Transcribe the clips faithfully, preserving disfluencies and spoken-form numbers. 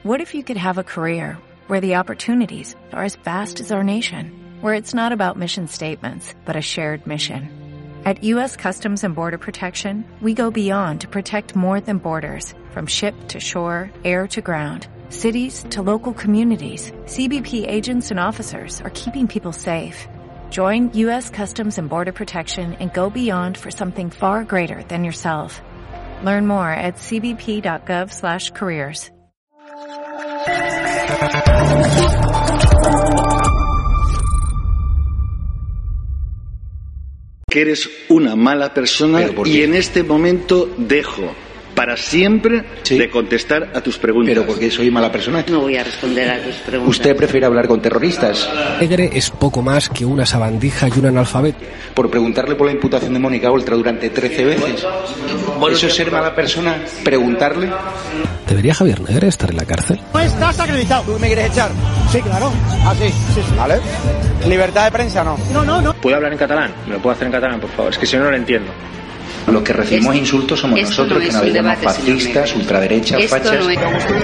What if you could have a career where the opportunities are as vast as our nation, where it's not about mission statements, but a shared mission? At U S Customs and Border Protection, we go beyond to protect more than borders, from ship to shore, air to ground, cities to local communities. C B P agents and officers are keeping people safe. Join U S Customs and Border Protection and go beyond for something far greater than yourself. Learn more at c b p dot gov slash careers. Que eres una mala persona y en este momento dejo para siempre ¿Sí? de contestar a tus preguntas. ¿Pero por qué soy mala persona? No voy a responder a tus preguntas. ¿Usted prefiere hablar con terroristas? Negre es poco más que una sabandija y un analfabeto. Por preguntarle por la imputación de Mónica Oltra durante trece veces. ¿Eso es ser mala persona? ¿Preguntarle? ¿Debería Javier Negre estar en la cárcel? No estás acreditado. ¿Tú me quieres echar? Sí, claro. Ah, sí, sí, sí. ¿Vale? ¿Libertad de prensa no? No, no, no. ¿Puedo hablar en catalán? ¿Me lo puedo hacer en catalán, por favor? Es que si no, no lo entiendo. Los que recibimos esto, insultos somos nosotros, no que nos llamamos fascistas, ultraderechas, esto fachas. No es...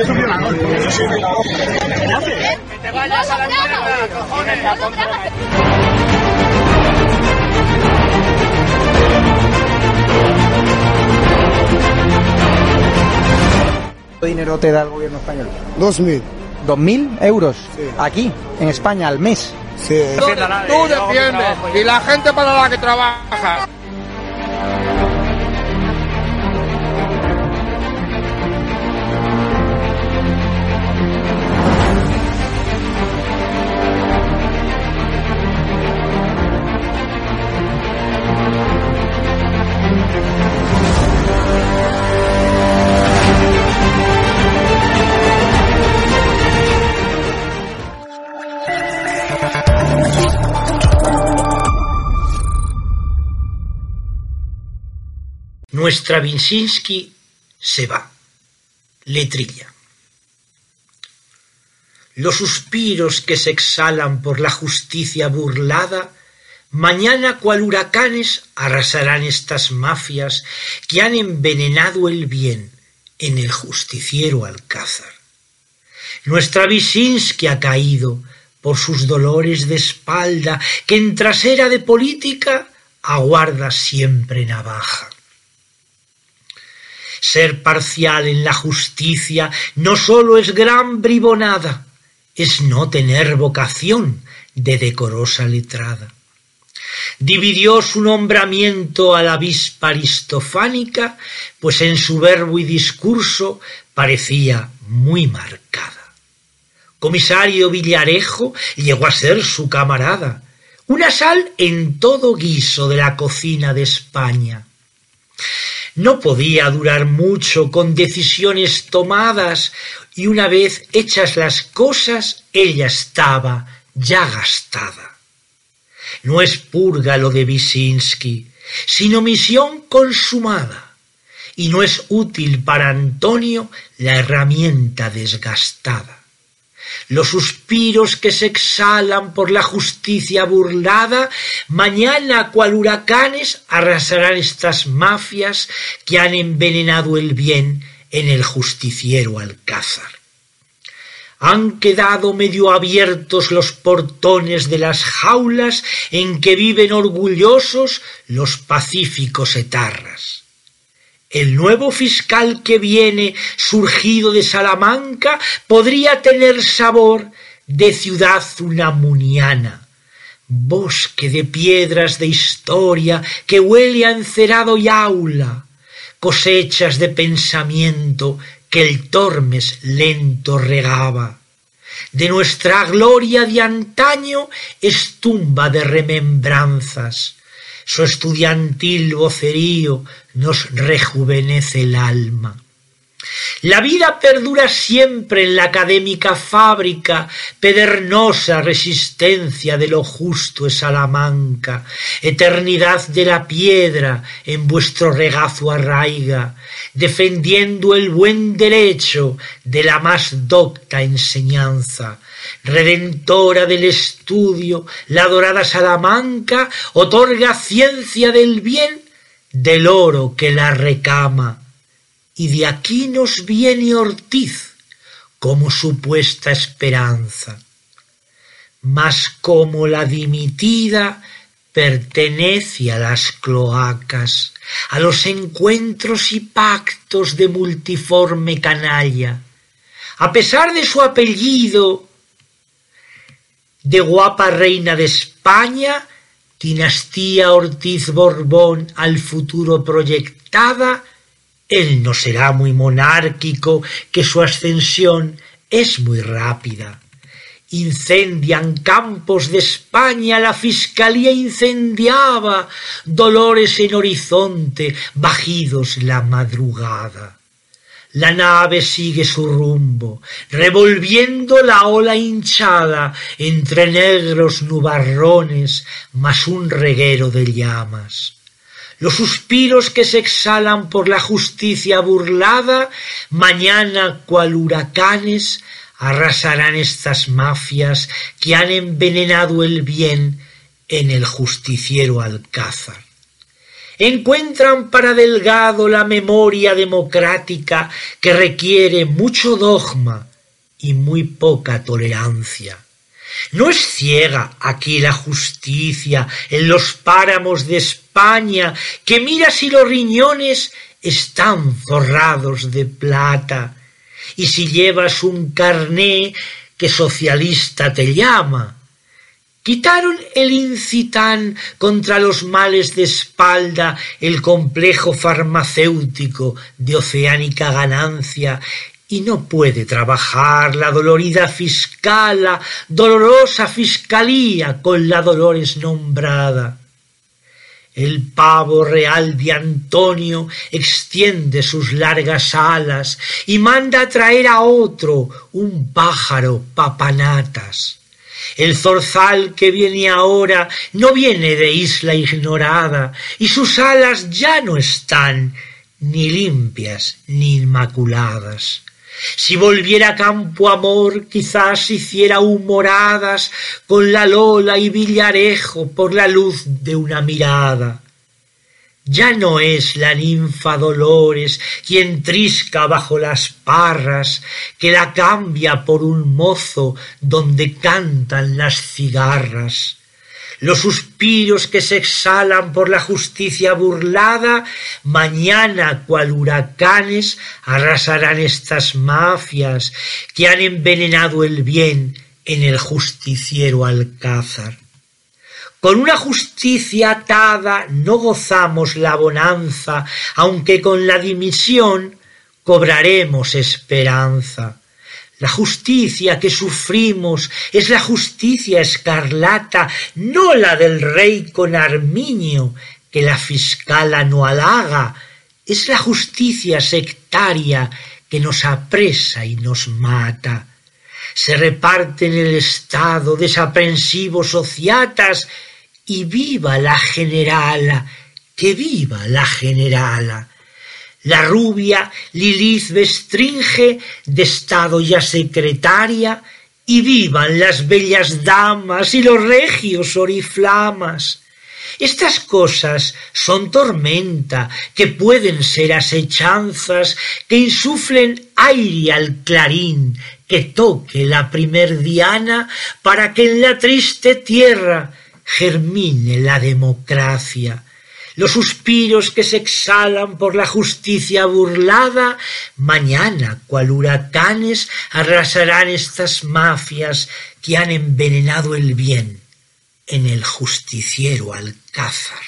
¿Qué dinero te da el gobierno español? Dos mil. ¿Dos mil euros? Sí. Aquí, en España, al mes. Sí. Tú, tú defiendes y la gente para la que trabaja. Nuestra Vinsinski se va. Letrilla. Los suspiros que se exhalan por la justicia burlada, mañana cual huracanes arrasarán estas mafias que han envenenado el bien en el justiciero Alcázar. Nuestra Vinsinski ha caído por sus dolores de espalda, que en trasera de política aguarda siempre navaja. Ser parcial en la justicia no sólo es gran bribonada, es no tener vocación de decorosa letrada. Dividió su nombramiento a la avispa aristofánica, pues en su verbo y discurso parecía muy marcada. Comisario Villarejo llegó a ser su camarada, una sal en todo guiso de la cocina de España. No podía durar mucho con decisiones tomadas y una vez hechas las cosas, ella estaba ya gastada. No es purga lo de Vinsinski, sino misión consumada, y no es útil para Antonio la herramienta desgastada. Los suspiros que se exhalan por la justicia burlada, mañana cual huracanes arrasarán estas mafias que han envenenado el bien en el justiciero Alcázar. Han quedado medio abiertos los portones de las jaulas en que viven orgullosos los pacíficos etarras. El nuevo fiscal que viene, surgido de Salamanca, podría tener sabor de ciudad unamuniana, bosque de piedras de historia que huele a encerado y aula, cosechas de pensamiento que el Tormes lento regaba. De nuestra gloria de antaño es tumba de remembranzas. Su estudiantil vocerío nos rejuvenece el alma. La vida perdura siempre en la académica fábrica, pedernosa resistencia de lo justo es Salamanca, eternidad de la piedra en vuestro regazo arraiga, defendiendo el buen derecho de la más docta enseñanza. Redentora del estudio, la dorada Salamanca otorga ciencia del bien del oro que la recama. Y de aquí nos viene Ortiz, como supuesta esperanza. Mas como la dimitida pertenece a las cloacas, a los encuentros y pactos de multiforme canalla, a pesar de su apellido de guapa reina de España, dinastía Ortiz Borbón al futuro proyectada, él no será muy monárquico, que su ascensión es muy rápida. Incendian campos de España, la fiscalía incendiaba, dolores en horizonte, bajidos la madrugada. La nave sigue su rumbo, revolviendo la ola hinchada entre negros nubarrones, más un reguero de llamas. Los suspiros que se exhalan por la justicia burlada, mañana cual huracanes, arrasarán estas mafias que han envenenado el bien en el justiciero Alcázar. Encuentran para Delgado la memoria democrática que requiere mucho dogma y muy poca tolerancia. No es ciega aquí la justicia en los páramos de España, que mira si los riñones están forrados de plata, y si llevas un carné que socialista te llama. Quitaron el incitán contra los males de espalda, el complejo farmacéutico de oceánica ganancia, y no puede trabajar la dolorida fiscala, dolorosa fiscalía con la Dolores nombrada. El pavo real de Antonio extiende sus largas alas y manda a traer a otro, un pájaro papanatas. El zorzal que viene ahora no viene de isla ignorada, y sus alas ya no están ni limpias ni inmaculadas. Si volviera Campo Amor, quizás hiciera humoradas con la Lola y Villarejo por la luz de una mirada. Ya no es la ninfa Dolores quien trisca bajo las parras, que la cambia por un mozo donde cantan las cigarras. Los suspiros que se exhalan por la justicia burlada, mañana cual huracanes arrasarán estas mafias que han envenenado el bien en el justiciero Alcázar. Con una justicia atada no gozamos la bonanza, aunque con la dimisión cobraremos esperanza. La justicia que sufrimos es la justicia escarlata, no la del rey con armiño, que la fiscala no halaga. Es la justicia sectaria que nos apresa y nos mata. Se reparten el Estado desaprensivos sociatas, y viva la generala, que viva la generala. La rubia Lilith Bestringe, de Estado ya secretaria, y vivan las bellas damas y los regios oriflamas. Estas cosas son tormenta, que pueden ser asechanzas, que insuflen aire al clarín, que toque la primer diana, para que en la triste tierra germine la democracia. Los suspiros que se exhalan por la justicia burlada, mañana, cual huracanes, arrasarán estas mafias que han envenenado el bien en el justiciero Alcázar.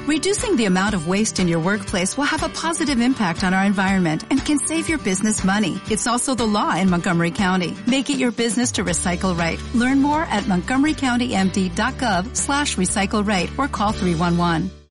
Reducing the amount of waste in your workplace will have a positive impact on our environment and can save your business money. It's also the law in Montgomery County. Make it your business to recycle right. Learn more at montgomery county m d dot gov slash recycle right or call three one one.